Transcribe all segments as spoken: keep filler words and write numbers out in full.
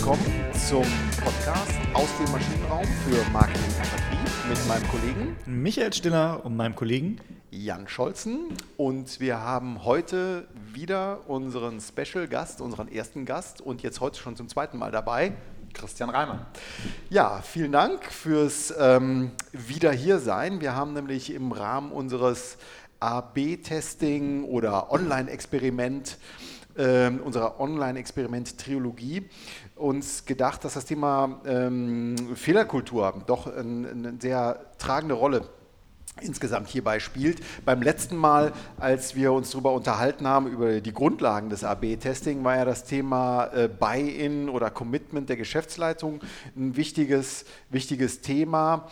willkommen zum Podcast aus dem Maschinenraum für Marketing und Vertrieb mit meinem Kollegen Michael Stiller und meinem Kollegen Jan Scholzen. Und wir haben heute wieder unseren Special-Gast, unseren ersten Gast und jetzt heute schon zum zweiten Mal dabei, Christian Reimann. Ja, vielen Dank fürs ähm, wieder hier sein. Wir haben nämlich im Rahmen unseres A B Testing oder Online-Experiment Ähm, unserer Online-Experiment-Triologie uns gedacht, dass das Thema ähm, Fehlerkultur doch ein, eine sehr tragende Rolle insgesamt hierbei spielt. Beim letzten Mal, als wir uns darüber unterhalten haben, über die Grundlagen des A B Testing, war ja das Thema äh, Buy-in oder Commitment der Geschäftsleitung ein wichtiges, wichtiges Thema.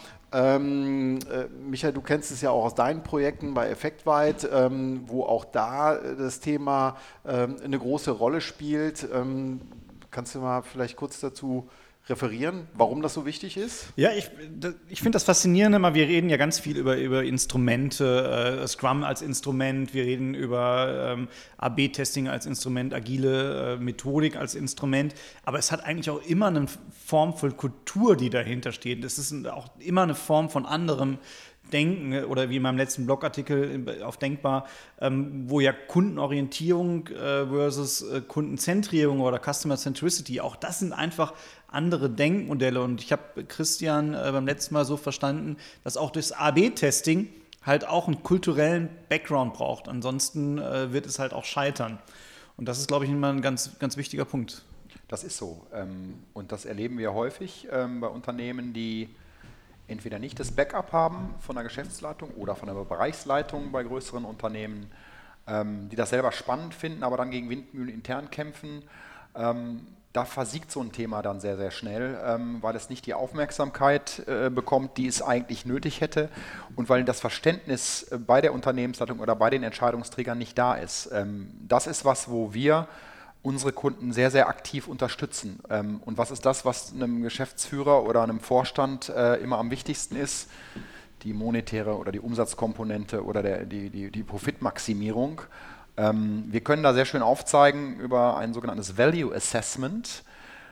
Ähm, äh, Michael, du kennst es ja auch aus deinen Projekten bei Effektweit, ähm, wo auch da das Thema ähm, eine große Rolle spielt. Ähm, kannst du mal vielleicht kurz dazu referieren, warum das so wichtig ist? Ja, ich, ich finde das faszinierend immer. Wir reden ja ganz viel über, über Instrumente, äh, Scrum als Instrument, wir reden über ähm, A B Testing als Instrument, agile äh, Methodik als Instrument, aber es hat eigentlich auch immer eine Form von Kultur, die dahinter steht. Es ist auch immer eine Form von anderem Denken oder wie in meinem letzten Blogartikel auf Denkbar, ähm, wo ja Kundenorientierung äh, versus äh, Kundenzentrierung oder Customer Centricity, auch das sind einfach andere Denkmodelle. Und ich habe Christian äh, beim letzten Mal so verstanden, dass auch das A B Testing halt auch einen kulturellen Background braucht. Ansonsten äh, wird es halt auch scheitern. Und das ist, glaube ich, immer ein ganz, ganz wichtiger Punkt. Das ist so. Ähm, und das erleben wir häufig ähm, bei Unternehmen, die entweder nicht das Backup haben von der Geschäftsleitung oder von der Bereichsleitung bei größeren Unternehmen, ähm, die das selber spannend finden, aber dann gegen Windmühlen intern kämpfen. Ähm, da versiegt so ein Thema dann sehr, sehr schnell, ähm, weil es nicht die Aufmerksamkeit äh, bekommt, die es eigentlich nötig hätte und weil das Verständnis äh, bei der Unternehmensleitung oder bei den Entscheidungsträgern nicht da ist. Ähm, das ist was, wo wir unsere Kunden sehr, sehr aktiv unterstützen. Ähm, und was ist das, was einem Geschäftsführer oder einem Vorstand äh, immer am wichtigsten ist? Die monetäre oder die Umsatzkomponente oder der, die, die, die Profitmaximierung. Ähm, wir können da sehr schön aufzeigen über ein sogenanntes Value Assessment,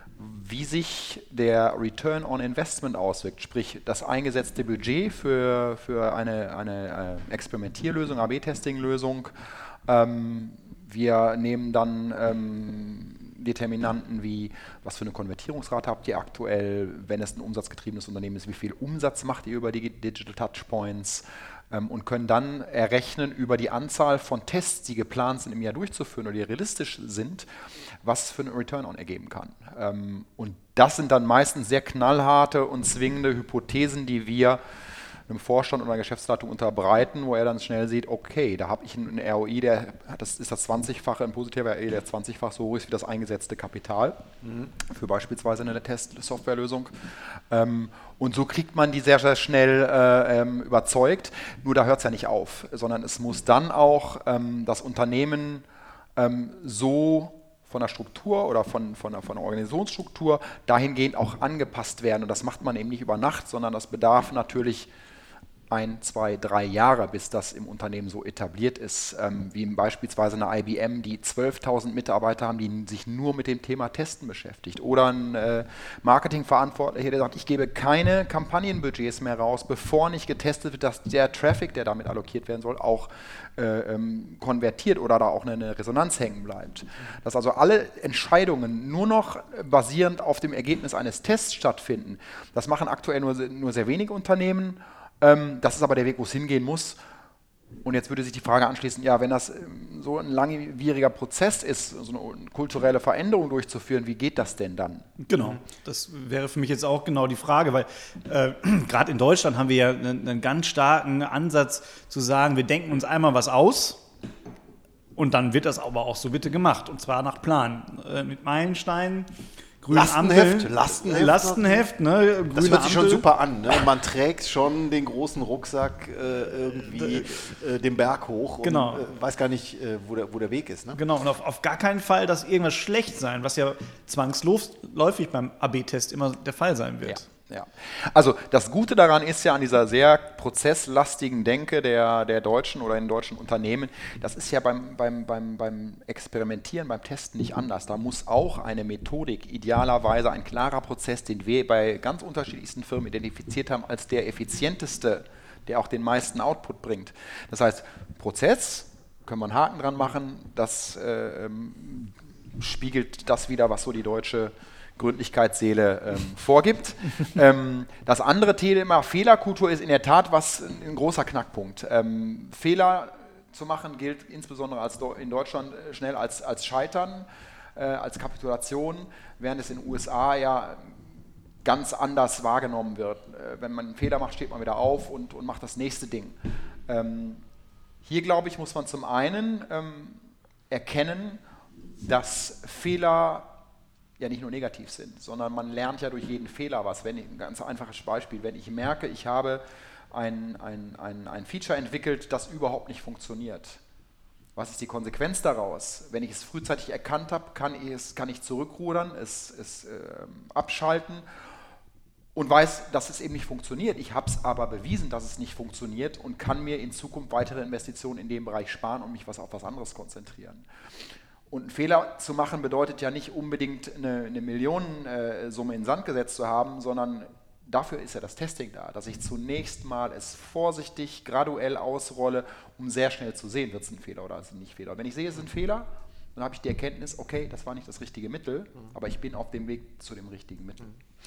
wie sich der Return on Investment auswirkt, sprich das eingesetzte Budget für, für eine, eine äh, Experimentierlösung, A B Testing-Lösung. Ähm, Wir nehmen dann ähm, Determinanten wie, was für eine Konvertierungsrate habt ihr aktuell, wenn es ein umsatzgetriebenes Unternehmen ist, wie viel Umsatz macht ihr über die Digital Touchpoints ähm, und können dann errechnen über die Anzahl von Tests, die geplant sind im Jahr durchzuführen oder die realistisch sind, was für einen Return on ergeben kann. Ähm, und das sind dann meistens sehr knallharte und zwingende Hypothesen, die wir einem Vorstand oder einer Geschäftsleitung unterbreiten, wo er dann schnell sieht, okay, da habe ich einen R O I, der das ist das zwanzigfache, ein positiver R O I, der zwanzigfach so hoch ist wie das eingesetzte Kapital mhm. für beispielsweise eine Test-Softwarelösung. Ähm, und so kriegt man die sehr, sehr schnell äh, ähm, überzeugt. Nur da hört es ja nicht auf, sondern es muss dann auch ähm, das Unternehmen ähm, so von der Struktur oder von, von, der, von der Organisationsstruktur dahingehend auch angepasst werden. Und das macht man eben nicht über Nacht, sondern das bedarf natürlich ein, zwei, drei Jahre, bis das im Unternehmen so etabliert ist, ähm, wie beispielsweise eine I B M, die zwölftausend Mitarbeiter haben, die sich nur mit dem Thema Testen beschäftigt. Oder ein äh, Marketingverantwortlicher, der sagt, ich gebe keine Kampagnenbudgets mehr raus, bevor nicht getestet wird, dass der Traffic, der damit allokiert werden soll, auch äh, ähm, konvertiert oder da auch eine, eine Resonanz hängen bleibt. Dass also alle Entscheidungen nur noch basierend auf dem Ergebnis eines Tests stattfinden. Das machen aktuell nur, nur sehr wenige Unternehmen. Das ist aber der Weg, wo es hingehen muss. Und jetzt würde sich die Frage anschließen, ja, wenn das so ein langwieriger Prozess ist, so eine kulturelle Veränderung durchzuführen, wie geht das denn dann? Genau, das wäre für mich jetzt auch genau die Frage, weil äh, gerade in Deutschland haben wir ja einen, einen ganz starken Ansatz zu sagen, wir denken uns einmal was aus und dann wird das aber auch so bitte gemacht, und zwar nach Plan, äh, mit Meilensteinen. Lastenheft, Ampel, Lastenheft, Lastenheft, ne? Das hört sich schon super an, ne? Man trägt schon den großen Rucksack äh, irgendwie äh, den Berg hoch genau. und äh, weiß gar nicht, äh, wo, der, wo der Weg ist. Ne? Genau, und auf, auf gar keinen Fall, dass irgendwas schlecht sein, was ja zwangsläufig beim A B Test immer der Fall sein wird. Ja. Ja. Also das Gute daran ist ja an dieser sehr prozesslastigen Denke der, der Deutschen oder in deutschen Unternehmen, das ist ja beim, beim, beim, beim Experimentieren, beim Testen nicht anders. Da muss auch eine Methodik, idealerweise ein klarer Prozess, den wir bei ganz unterschiedlichsten Firmen identifiziert haben, als der effizienteste, der auch den meisten Output bringt. Das heißt, Prozess, können wir einen Haken dran machen, das äh, ähm, spiegelt das wieder, was so die deutsche Gründlichkeitsseele ähm, vorgibt. ähm, das andere Thema Fehlerkultur ist in der Tat was ein großer Knackpunkt. Ähm, Fehler zu machen gilt insbesondere als in Deutschland schnell als, als Scheitern, äh, als Kapitulation, während es in den U S A ja ganz anders wahrgenommen wird. Äh, wenn man einen Fehler macht, steht man wieder auf und, und macht das nächste Ding. Ähm, hier, glaube ich, muss man zum einen ähm, erkennen, dass Fehler ja nicht nur negativ sind, sondern man lernt ja durch jeden Fehler was. Wenn ich, ein ganz einfaches Beispiel, wenn ich merke, ich habe ein, ein, ein, ein Feature entwickelt, das überhaupt nicht funktioniert. Was ist die Konsequenz daraus? Wenn ich es frühzeitig erkannt habe, kann ich, es, kann ich zurückrudern, es, es äh, abschalten und weiß, dass es eben nicht funktioniert. Ich habe es aber bewiesen, dass es nicht funktioniert und kann mir in Zukunft weitere Investitionen in dem Bereich sparen und mich was auf was anderes konzentrieren. Und einen Fehler zu machen bedeutet ja nicht unbedingt eine, eine Millionensumme in den Sand gesetzt zu haben, sondern dafür ist ja das Testing da, dass ich zunächst mal es vorsichtig, graduell ausrolle, um sehr schnell zu sehen, wird es ein Fehler oder ist es nicht Fehler. Wenn ich sehe, es ist ein Fehler, dann habe ich die Erkenntnis, okay, das war nicht das richtige Mittel, aber ich bin auf dem Weg zu dem richtigen Mittel.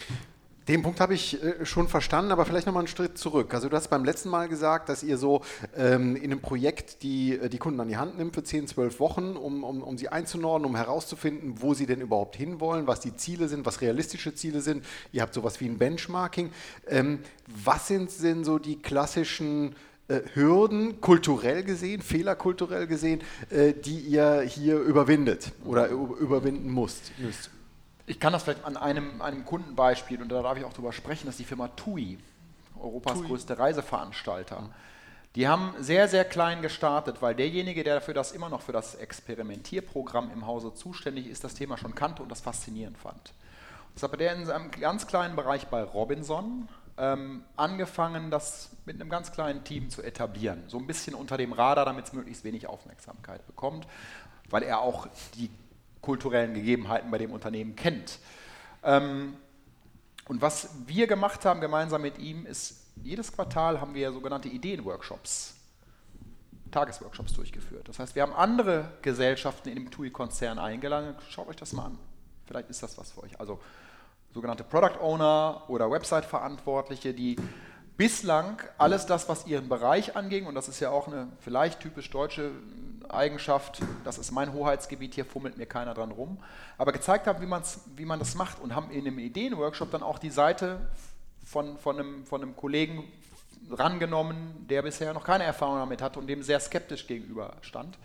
Den Punkt habe ich äh, schon verstanden, aber vielleicht nochmal einen Schritt zurück. Also du hast beim letzten Mal gesagt, dass ihr so ähm, in einem Projekt die, die Kunden an die Hand nimmt für zehn, zwölf Wochen, um, um, um sie einzunordnen, um herauszufinden, wo sie denn überhaupt hinwollen, was die Ziele sind, was realistische Ziele sind. Ihr habt sowas wie ein Benchmarking. Ähm, was sind denn so die klassischen äh, Hürden, kulturell gesehen, fehlerkulturell gesehen, äh, die ihr hier überwindet oder überwinden müsst? müsst? Ich kann das vielleicht an einem, einem Kundenbeispiel, und da darf ich auch drüber sprechen, das ist die Firma TUI, Europas TUI. größte Reiseveranstalter. Mhm. Die haben sehr, sehr klein gestartet, weil derjenige, der für das immer noch für das Experimentierprogramm im Hause zuständig ist, das Thema schon kannte und das faszinierend fand. Das hat der in einem ganz kleinen Bereich bei Robinson ähm, angefangen, das mit einem ganz kleinen Team zu etablieren. So ein bisschen unter dem Radar, damit es möglichst wenig Aufmerksamkeit bekommt, weil er auch die kulturellen Gegebenheiten bei dem Unternehmen kennt. Ähm, und was wir gemacht haben gemeinsam mit ihm ist, jedes Quartal haben wir sogenannte Ideenworkshops, Tagesworkshops durchgeführt. Das heißt, wir haben andere Gesellschaften in dem TUI-Konzern eingeladen, schaut euch das mal an, vielleicht ist das was für euch. Also sogenannte Product Owner oder Website-Verantwortliche, die bislang alles das, was ihren Bereich anging, und das ist ja auch eine vielleicht typisch deutsche Eigenschaft, das ist mein Hoheitsgebiet, hier fummelt mir keiner dran rum, aber gezeigt haben, wie, man's, wie man das macht und haben in einem Ideenworkshop dann auch die Seite von, von, einem, von einem Kollegen rangenommen, der bisher noch keine Erfahrung damit hatte und dem sehr skeptisch gegenüber stand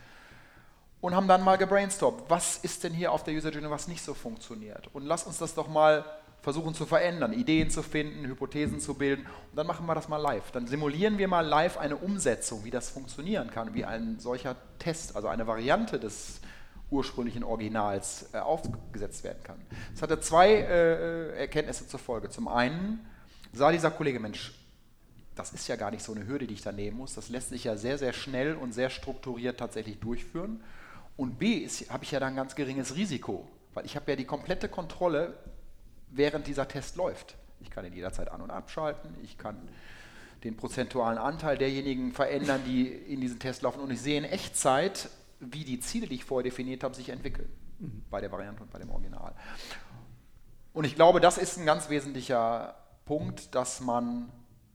und haben dann mal gebrainstormt, was ist denn hier auf der User Journey, was nicht so funktioniert, und lass uns das doch mal versuchen zu verändern, Ideen zu finden, Hypothesen zu bilden, und dann machen wir das mal live. Dann simulieren wir mal live eine Umsetzung, wie das funktionieren kann, wie ein solcher Test, also eine Variante des ursprünglichen Originals äh, aufgesetzt werden kann. Das hatte zwei äh, Erkenntnisse zur Folge. Zum einen sah dieser Kollege, Mensch, das ist ja gar nicht so eine Hürde, die ich da nehmen muss, das lässt sich ja sehr, sehr schnell und sehr strukturiert tatsächlich durchführen, und B, habe ich ja da ein ganz geringes Risiko, weil ich habe ja die komplette Kontrolle, während dieser Test läuft. Ich kann ihn jederzeit an- und abschalten, ich kann den prozentualen Anteil derjenigen verändern, die in diesen Test laufen, und ich sehe in Echtzeit, wie die Ziele, die ich vorher definiert habe, sich entwickeln, mhm. bei der Variante und bei dem Original. Und ich glaube, das ist ein ganz wesentlicher Punkt, dass man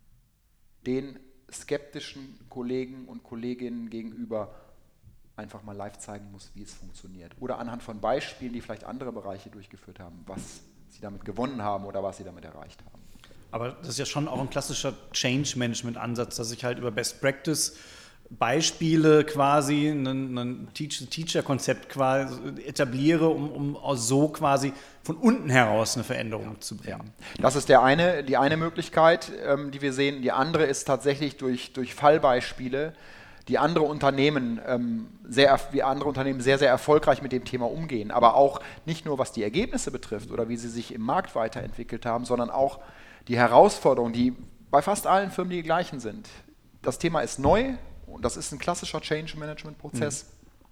den skeptischen Kollegen und Kolleginnen gegenüber einfach mal live zeigen muss, wie es funktioniert. Oder anhand von Beispielen, die vielleicht andere Bereiche durchgeführt haben, was sie damit gewonnen haben oder was sie damit erreicht haben. Aber das ist ja schon auch ein klassischer Change-Management-Ansatz, dass ich halt über Best Practice Beispiele quasi, ein, ein Teach-Teacher-Konzept quasi etabliere, um, um auch so quasi von unten heraus eine Veränderung ja, zu bringen. Ja. Das ist der eine, die eine Möglichkeit, ähm, die wir sehen. Die andere ist tatsächlich durch, durch Fallbeispiele, die andere Unternehmen, ähm, sehr, wie andere Unternehmen sehr, sehr erfolgreich mit dem Thema umgehen. Aber auch nicht nur, was die Ergebnisse betrifft oder wie sie sich im Markt weiterentwickelt haben, sondern auch Die Herausforderungen, die bei fast allen Firmen die gleichen sind. Das Thema ist neu und das ist ein klassischer Change-Management-Prozess. Mhm.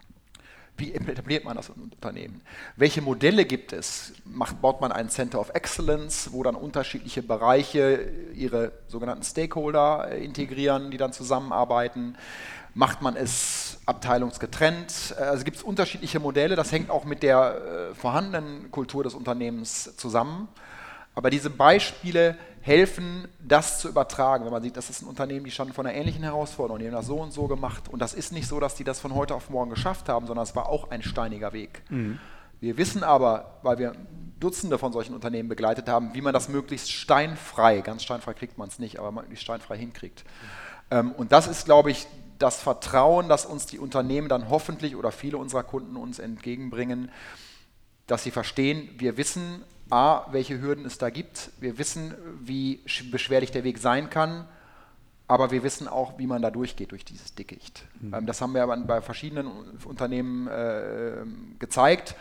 Wie etabliert man das in Unternehmen? Welche Modelle gibt es? Macht, baut man ein Center of Excellence, wo dann unterschiedliche Bereiche ihre sogenannten Stakeholder integrieren, die dann zusammenarbeiten? Macht man es abteilungsgetrennt? Also gibt es unterschiedliche Modelle, das hängt auch mit der äh, vorhandenen Kultur des Unternehmens zusammen. Aber diese Beispiele helfen, das zu übertragen. Wenn man sieht, das ist ein Unternehmen, die standen vor einer ähnlichen Herausforderung, die haben das so und so gemacht. Und das ist nicht so, dass die das von heute auf morgen geschafft haben, sondern es war auch ein steiniger Weg. Mhm. Wir wissen aber, weil wir Dutzende von solchen Unternehmen begleitet haben, wie man das möglichst steinfrei, ganz steinfrei kriegt man es nicht, aber möglichst steinfrei hinkriegt. Mhm. Ähm, und das ist, glaube ich, das Vertrauen, das uns die Unternehmen dann hoffentlich oder viele unserer Kunden uns entgegenbringen, dass sie verstehen, wir wissen, A, welche Hürden es da gibt, wir wissen, wie beschwerlich der Weg sein kann, aber wir wissen auch, wie man da durchgeht durch dieses Dickicht. Mhm. Ähm, das haben wir aber bei verschiedenen Unternehmen äh, gezeigt.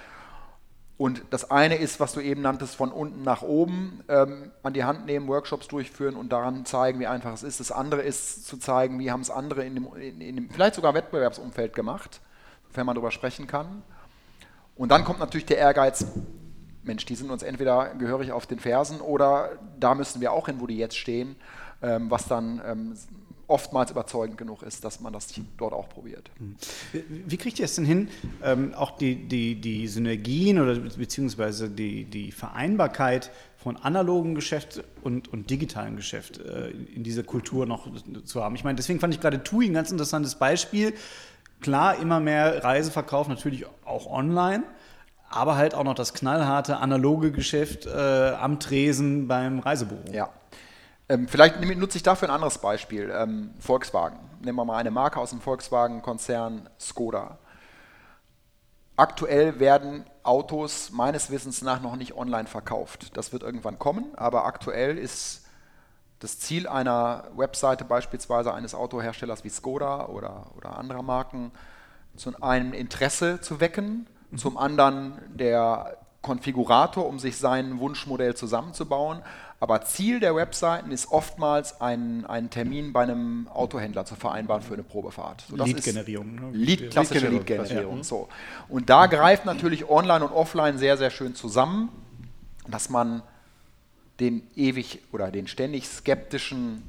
Und das eine ist, was du eben nanntest, von unten nach oben ähm, an die Hand nehmen, Workshops durchführen und daran zeigen, wie einfach es ist. Das andere ist zu zeigen, wie haben es andere in dem, in, in dem vielleicht sogar Wettbewerbsumfeld gemacht, sofern man darüber sprechen kann. Und dann kommt natürlich der Ehrgeiz, Mensch, die sind uns entweder gehörig auf den Fersen oder da müssen wir auch hin, wo die jetzt stehen, ähm, was dann ähm, oftmals überzeugend genug ist, dass man das dort auch probiert. Wie, wie kriegt ihr es denn hin, ähm, auch die, die, die Synergien oder beziehungsweise die, die Vereinbarkeit von analogem Geschäft und, und digitalem Geschäft äh, in dieser Kultur noch zu haben? Ich meine, deswegen fand ich gerade TUI ein ganz interessantes Beispiel. Klar, immer mehr Reiseverkauf, natürlich auch online, aber halt auch noch das knallharte analoge Geschäft äh, am Tresen beim Reisebüro. Ja. Ähm, vielleicht nutze ich dafür ein anderes Beispiel. Ähm, Volkswagen. Nehmen wir mal eine Marke aus dem Volkswagen-Konzern, Skoda. Aktuell werden Autos meines Wissens nach noch nicht online verkauft. Das wird irgendwann kommen, aber aktuell ist das Ziel einer Webseite beispielsweise eines Autoherstellers wie Skoda oder, oder anderer Marken, zu einem Interesse zu wecken, mhm. zum anderen der Konfigurator, um sich sein Wunschmodell zusammenzubauen. Aber Ziel der Webseiten ist oftmals, einen, einen Termin bei einem Autohändler zu vereinbaren für eine Probefahrt. So, Lead-Generierung. Ne? Lead, klassische Lead-Generierung. Ja. So. Und da greift natürlich Online und Offline sehr, sehr schön zusammen, dass man den ewig oder den ständig skeptischen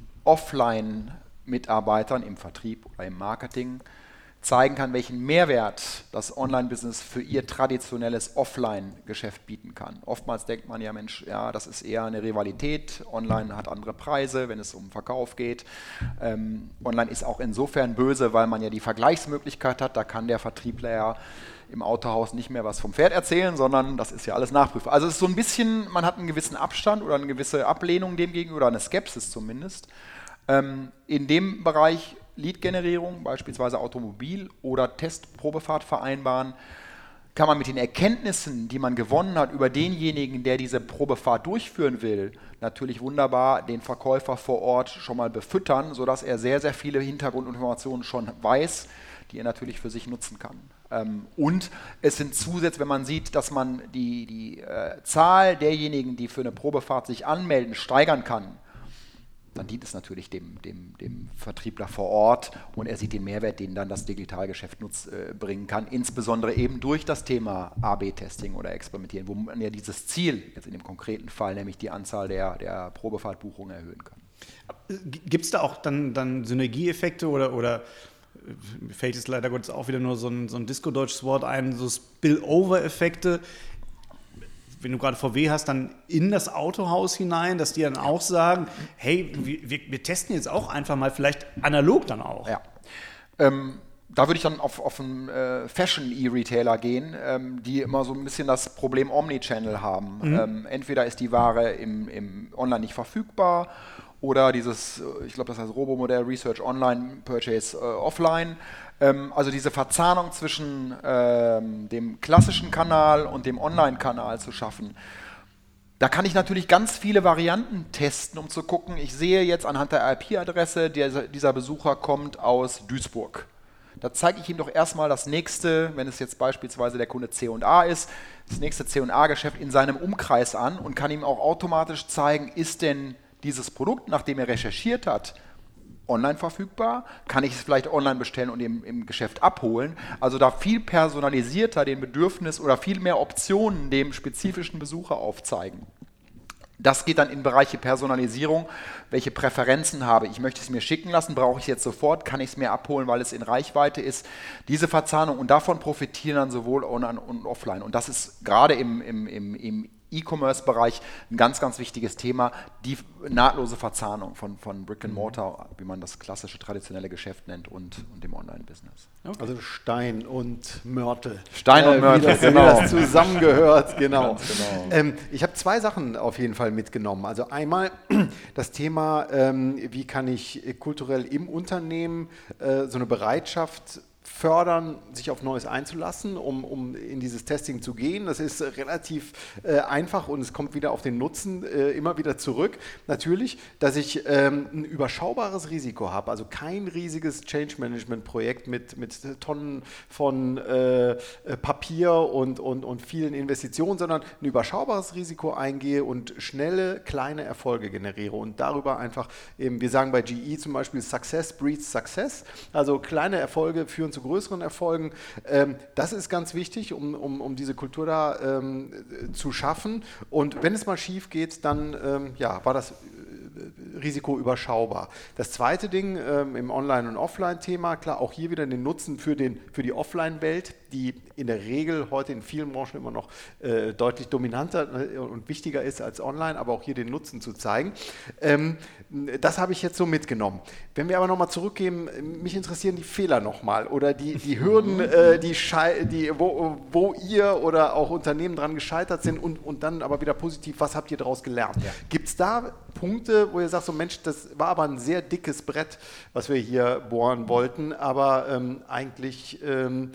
Offline-Mitarbeitern im Vertrieb oder im Marketing zeigen kann, welchen Mehrwert das Online-Business für ihr traditionelles Offline-Geschäft bieten kann. Oftmals denkt man ja, Mensch, ja, das ist eher eine Rivalität. Online hat andere Preise, wenn es um Verkauf geht. Ähm, Online ist auch insofern böse, weil man ja die Vergleichsmöglichkeit hat. Da kann der Vertriebler ja im Autohaus nicht mehr was vom Pferd erzählen, sondern das ist ja alles nachprüfbar. Also es ist so ein bisschen, man hat einen gewissen Abstand oder eine gewisse Ablehnung dem gegenüber, oder eine Skepsis zumindest. Ähm, in dem Bereich Lead-Generierung, beispielsweise Automobil- oder Testprobefahrt vereinbaren, kann man mit den Erkenntnissen, die man gewonnen hat über denjenigen, der diese Probefahrt durchführen will, natürlich wunderbar den Verkäufer vor Ort schon mal befüttern, sodass er sehr, sehr viele Hintergrundinformationen schon weiß, die er natürlich für sich nutzen kann. Ähm, und es sind zusätzlich, wenn man sieht, dass man die, die äh, Zahl derjenigen, die für eine Probefahrt sich anmelden, steigern kann, dann dient es natürlich dem, dem, dem Vertriebler vor Ort und er sieht den Mehrwert, den dann das Digitalgeschäft nutz, äh, bringen kann, insbesondere eben durch das Thema A B Testing oder Experimentieren, wo man ja dieses Ziel, jetzt in dem konkreten Fall, nämlich die Anzahl der, der Probefahrtbuchungen erhöhen kann. Gibt es da auch dann, dann Synergieeffekte oder, oder mir fällt jetzt leider Gottes auch wieder nur so ein, so ein Disco-deutsches Wort ein, so Spillover-Effekte, wenn du gerade V W hast, dann in das Autohaus hinein, dass die dann auch sagen, hey, wir, wir testen jetzt auch einfach mal, vielleicht analog dann auch. Ja. Ähm, da würde ich dann auf, auf einen äh, Fashion-E-Retailer gehen, ähm, die immer so ein bisschen das Problem Omnichannel haben. Mhm. Ähm, entweder ist die Ware im, im Online nicht verfügbar oder dieses, ich glaube, das heißt Robo-Modell Research Online, Purchase äh, Offline. Also diese Verzahnung zwischen ähm, dem klassischen Kanal und dem Online-Kanal zu schaffen. Da kann ich natürlich ganz viele Varianten testen, um zu gucken, ich sehe jetzt anhand der I P-Adresse, dieser, dieser Besucher kommt aus Duisburg. Da zeige ich ihm doch erstmal das nächste, wenn es jetzt beispielsweise der Kunde C und A ist, das nächste C und A-Geschäft in seinem Umkreis an und kann ihm auch automatisch zeigen, ist denn dieses Produkt, nachdem er recherchiert hat, online verfügbar? Kann ich es vielleicht online bestellen und im, im Geschäft abholen? Also da viel personalisierter den Bedürfnis oder viel mehr Optionen dem spezifischen Besucher aufzeigen. Das geht dann in Bereiche Personalisierung. Welche Präferenzen habe ich? Möchte ich es mir schicken lassen? Brauche ich es jetzt sofort? Kann ich es mir abholen, weil es in Reichweite ist? Diese Verzahnung, und davon profitieren dann sowohl online und offline. Und das ist gerade im, im, im, im E-Commerce-Bereich ein ganz, ganz wichtiges Thema, die nahtlose Verzahnung von, von Brick and Mortar, wie man das klassische, traditionelle Geschäft nennt, und, und dem Online-Business. Okay. Also Stein und Mörtel. Stein und Mörtel, äh, wie das, genau. Wie das zusammengehört, genau. Ganz genau. Ähm, ich habe zwei Sachen auf jeden Fall mitgenommen. Also einmal das Thema, ähm, wie kann ich kulturell im Unternehmen äh, so eine Bereitschaft fördern, sich auf Neues einzulassen, um, um in dieses Testing zu gehen. Das ist relativ äh, einfach und es kommt wieder auf den Nutzen äh, immer wieder zurück. Natürlich, dass ich ähm, ein überschaubares Risiko habe, also kein riesiges Change-Management-Projekt mit, mit Tonnen von äh, Papier und, und, und vielen Investitionen, sondern ein überschaubares Risiko eingehe und schnelle, kleine Erfolge generiere und darüber einfach, eben, wir sagen bei G E zum Beispiel, Success breeds Success, also kleine Erfolge führen zu größeren Erfolgen. Ähm, das ist ganz wichtig, um, um, um diese Kultur da ähm, zu schaffen. Und wenn es mal schief geht, dann ähm, ja, war das äh, Risiko überschaubar. Das zweite Ding ähm, im Online- und Offline-Thema, klar, auch hier wieder den Nutzen für, den, für die Offline-Welt, die in der Regel heute in vielen Branchen immer noch äh, deutlich dominanter und wichtiger ist als online, aber auch hier den Nutzen zu zeigen. Ähm, das habe ich jetzt so mitgenommen. Wenn wir aber nochmal zurückgehen, mich interessieren die Fehler nochmal oder die, die Hürden, äh, die, die, wo, wo ihr oder auch Unternehmen dran gescheitert sind und, und dann aber wieder positiv, was habt ihr daraus gelernt? Ja. Gibt es da Punkte, wo ihr sagt, so Mensch, das war aber ein sehr dickes Brett, was wir hier bohren wollten, aber ähm, eigentlich ähm,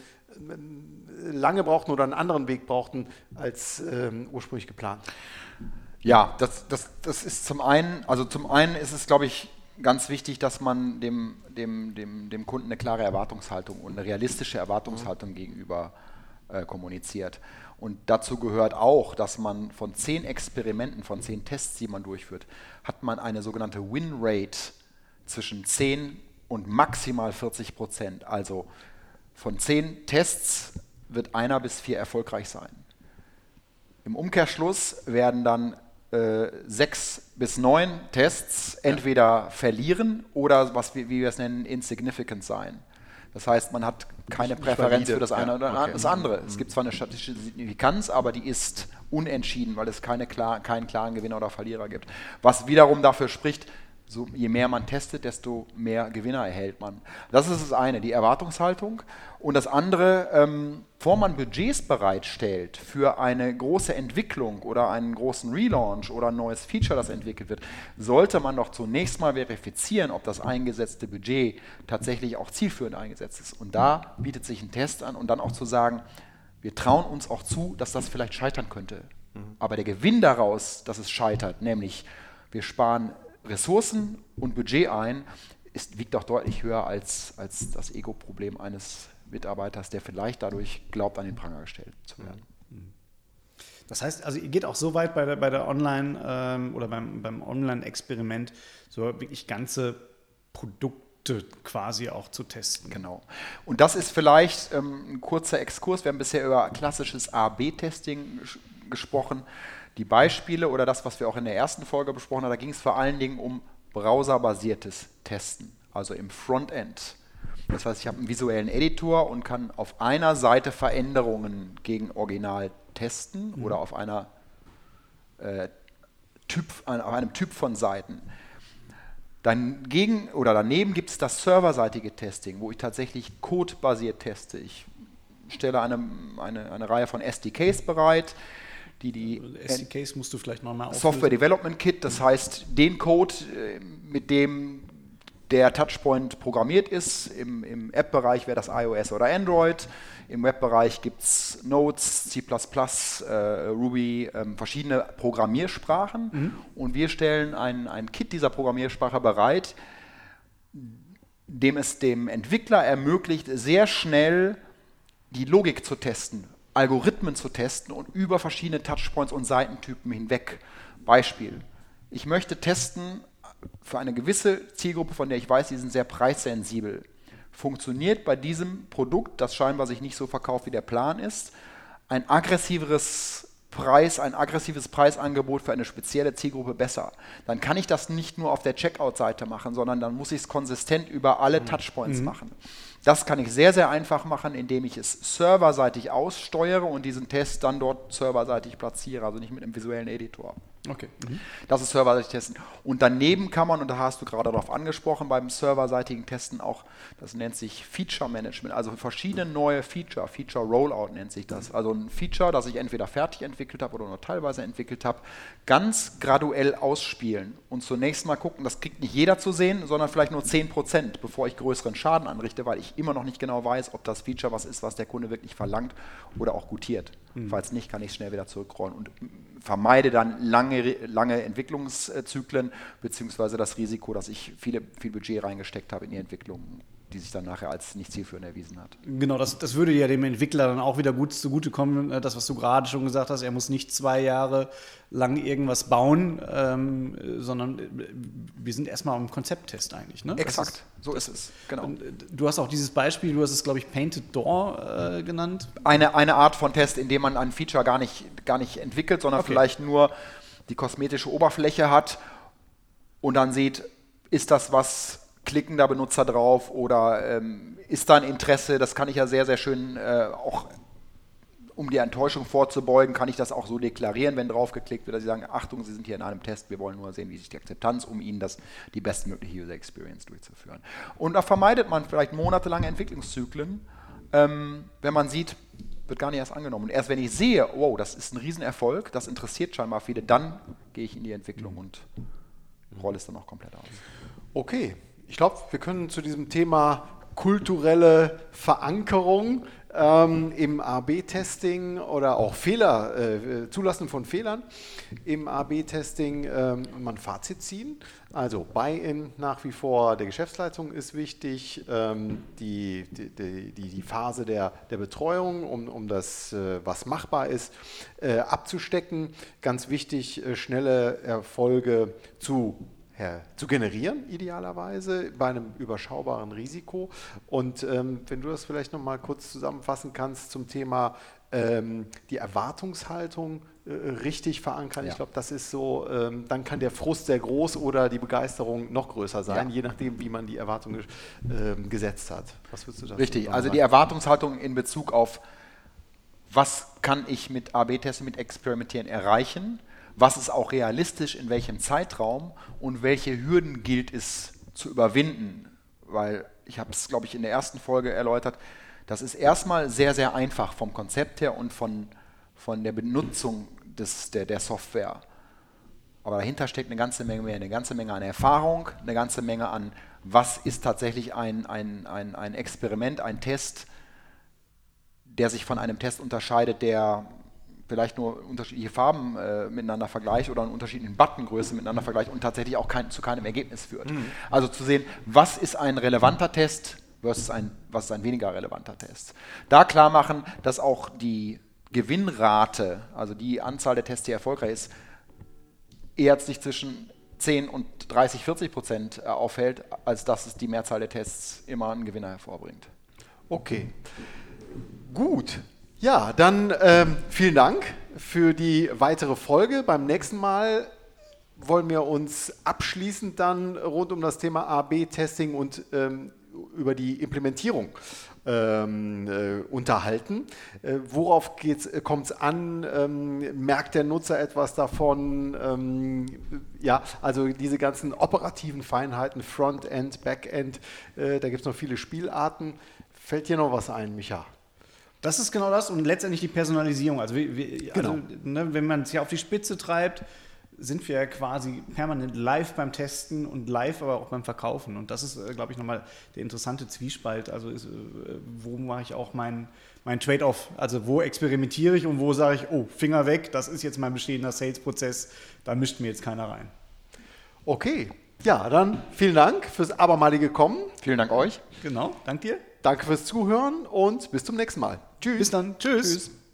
lange brauchten oder einen anderen Weg brauchten als ähm, ursprünglich geplant? Ja, das, das, das ist zum einen, also zum einen ist es, glaube ich, ganz wichtig, dass man dem, dem, dem, dem Kunden eine klare Erwartungshaltung und eine realistische Erwartungshaltung mhm. gegenüber äh, kommuniziert. Und dazu gehört auch, dass man von zehn Experimenten, von zehn Tests, die man durchführt, hat man eine sogenannte Win-Rate zwischen zehn und maximal vierzig Prozent. Also von zehn Tests wird einer bis vier erfolgreich sein. Im Umkehrschluss werden dann äh, sechs bis neun Tests entweder ja. verlieren oder, was wir, wie wir es nennen, insignificant sein. Das heißt, man hat keine nicht, Präferenz nicht für das eine ja, oder okay. das andere. Mhm. Es gibt zwar eine statistische Signifikanz, aber die ist unentschieden, weil es keine klar, keinen klaren Gewinner oder Verlierer gibt. Was wiederum dafür spricht, so, je mehr man testet, desto mehr Gewinner erhält man. Das ist das eine, die Erwartungshaltung. Und das andere, ähm, bevor man Budgets bereitstellt für eine große Entwicklung oder einen großen Relaunch oder ein neues Feature, das entwickelt wird, sollte man doch zunächst mal verifizieren, ob das eingesetzte Budget tatsächlich auch zielführend eingesetzt ist. Und da bietet sich ein Test an und dann auch zu sagen, wir trauen uns auch zu, dass das vielleicht scheitern könnte. Mhm. Aber der Gewinn daraus, dass es scheitert, nämlich wir sparen Ressourcen und Budget ein, ist, wiegt auch deutlich höher als, als das Ego-Problem eines Mitarbeiters, der vielleicht dadurch glaubt, an den Pranger gestellt zu werden. Das heißt, also ihr geht auch so weit bei der, bei der Online- ähm, oder beim, beim Online-Experiment, so wirklich ganze Produkte quasi auch zu testen. Genau. Und das ist vielleicht ähm, ein kurzer Exkurs. Wir haben bisher über klassisches A B Testing gesprochen. Die Beispiele oder das, was wir auch in der ersten Folge besprochen haben, da ging es vor allen Dingen um browserbasiertes Testen, also im Frontend. Das heißt, ich habe einen visuellen Editor und kann auf einer Seite Veränderungen gegen Original testen mhm. oder auf, einer, äh, typ, auf einem Typ von Seiten. Dagegen, oder daneben gibt es das serverseitige Testing, wo ich tatsächlich codebasiert teste. Ich stelle eine, eine, eine Reihe von S D Ks bereit, die die S D Ks musst du vielleicht nochmal auflösen. Software Development Kit, das heißt den Code, mit dem der Touchpoint programmiert ist. Im, im App-Bereich wäre das iOS oder Android. Im Web-Bereich gibt es Nodes, C plus plus, äh, Ruby, äh, verschiedene Programmiersprachen. Mhm. Und wir stellen ein, ein Kit dieser Programmiersprache bereit, dem es dem Entwickler ermöglicht, sehr schnell die Logik zu testen, Algorithmen zu testen und über verschiedene Touchpoints und Seitentypen hinweg. Beispiel. ich möchte testen für eine gewisse Zielgruppe, von der ich weiß, die sind sehr preissensibel. Funktioniert bei diesem Produkt, das scheinbar sich nicht so verkauft, wie der Plan ist, ein aggressiveres Preis, ein aggressives Preisangebot für eine spezielle Zielgruppe besser. Dann kann ich das nicht nur auf der Checkout-Seite machen, sondern dann muss ich es konsistent über alle Touchpoints mhm. machen. Das kann ich sehr, sehr einfach machen, indem ich es serverseitig aussteuere und diesen Test dann dort serverseitig platziere, also nicht mit einem visuellen Editor. Okay. Mhm. Das ist serverseitig testen. Und daneben kann man, und da hast du gerade darauf angesprochen, beim serverseitigen Testen auch, das nennt sich Feature Management, also verschiedene neue Feature, Feature Rollout nennt sich das. Also ein Feature, das ich entweder fertig entwickelt habe oder nur teilweise entwickelt habe, ganz graduell ausspielen und zunächst mal gucken, das kriegt nicht jeder zu sehen, sondern vielleicht nur zehn Prozent, bevor ich größeren Schaden anrichte, weil ich immer noch nicht genau weiß, ob das Feature was ist, was der Kunde wirklich verlangt oder auch gutiert. Mhm. Falls nicht, kann ich es schnell wieder zurückrollen und vermeide dann lange, lange Entwicklungszyklen beziehungsweise das Risiko, dass ich viele, viel Budget reingesteckt habe in die Entwicklung, die sich dann nachher als nicht zielführend erwiesen hat. Genau, das, das würde ja dem Entwickler dann auch wieder gut zugutekommen, das, was du gerade schon gesagt hast, er muss nicht zwei Jahre lang irgendwas bauen, ähm, sondern wir sind erstmal am Konzepttest eigentlich. Ne? Exakt, ist, so ist es, genau. Du hast auch dieses Beispiel, du hast es, glaube ich, Painted Door äh, genannt. Eine, eine Art von Test, in dem man ein Feature gar nicht, gar nicht entwickelt, sondern okay. vielleicht nur die kosmetische Oberfläche hat und dann sieht, ist das was, klicken da Benutzer drauf oder ähm, ist da ein Interesse, das kann ich ja sehr, sehr schön äh, auch, um die Enttäuschung vorzubeugen, kann ich das auch so deklarieren, wenn drauf geklickt wird, dass sie sagen, Achtung, Sie sind hier in einem Test, wir wollen nur sehen, wie sich die Akzeptanz, um Ihnen das, die bestmögliche User Experience durchzuführen. Und da vermeidet man vielleicht monatelange Entwicklungszyklen, ähm, wenn man sieht, wird gar nicht erst angenommen. Und erst wenn ich sehe, wow, das ist ein Riesenerfolg, das interessiert scheinbar viele, dann gehe ich in die Entwicklung und rolle es dann auch komplett aus. Okay. Ich glaube, wir können zu diesem Thema kulturelle Verankerung ähm, im A B Testing oder auch Fehler, äh, Zulassen von Fehlern im A B Testing ähm, mal ein Fazit ziehen. Also Buy-in nach wie vor der Geschäftsleitung ist wichtig, ähm, die, die, die, die Phase der, der Betreuung, um, um das, äh, was machbar ist, äh, abzustecken. Ganz wichtig, äh, schnelle Erfolge zu zu generieren, idealerweise, bei einem überschaubaren Risiko. Und ähm, wenn du das vielleicht noch mal kurz zusammenfassen kannst zum Thema ähm, die Erwartungshaltung äh, richtig verankern. Ja. Ich glaube, das ist so, ähm, dann kann der Frust sehr groß oder die Begeisterung noch größer sein, ja. je nachdem, wie man die Erwartung äh, gesetzt hat. Was würdest du dazu Richtig, sagen? Also die Erwartungshaltung in Bezug auf, was kann ich mit A B-Testen, mit Experimentieren erreichen? Was ist auch realistisch, in welchem Zeitraum und welche Hürden gilt es zu überwinden? Weil, ich habe es, glaube ich, in der ersten Folge erläutert, das ist erstmal sehr, sehr einfach vom Konzept her und von, von der Benutzung des, der, der Software. Aber dahinter steckt eine ganze Menge mehr, eine ganze Menge an Erfahrung, eine ganze Menge an, was ist tatsächlich ein, ein, ein, ein Experiment, ein Test, der sich von einem Test unterscheidet, der vielleicht nur unterschiedliche Farben äh, miteinander vergleicht oder in unterschiedlichen Buttongrößen miteinander vergleicht und tatsächlich auch kein, zu keinem Ergebnis führt. Mhm. Also zu sehen, was ist ein relevanter Test versus ein, was ist ein weniger relevanter Test. Da klar machen, dass auch die Gewinnrate, also die Anzahl der Tests, die erfolgreich ist, eher sich zwischen zehn und dreißig, vierzig Prozent aufhält, als dass es die Mehrzahl der Tests immer einen Gewinner hervorbringt. Okay, gut. Ja, dann ähm, vielen Dank für die weitere Folge. Beim nächsten Mal wollen wir uns abschließend dann rund um das Thema A B Testing und ähm, über die Implementierung ähm, äh, unterhalten. Äh, worauf kommt es an? Ähm, merkt der Nutzer etwas davon? Ähm, ja, also diese ganzen operativen Feinheiten, Frontend, Backend, äh, da gibt es noch viele Spielarten. Fällt dir noch was ein, Micha? Das ist genau das und letztendlich die Personalisierung. Also, wir, wir, genau. also ne, wenn man es ja auf die Spitze treibt, sind wir ja quasi permanent live beim Testen und live aber auch beim Verkaufen. Und das ist, äh, glaube ich, nochmal der interessante Zwiespalt. Also ist, äh, wo mache ich auch meinen mein Trade-off? Also wo experimentiere ich und wo sage ich, oh, Finger weg, das ist jetzt mein bestehender Sales-Prozess, da mischt mir jetzt keiner rein. Okay, ja, dann vielen Dank fürs abermalige Kommen. Vielen Dank euch. Genau, danke dir. Danke fürs Zuhören und bis zum nächsten Mal. Tschüss. Bis dann. Tschüss. Tschüss.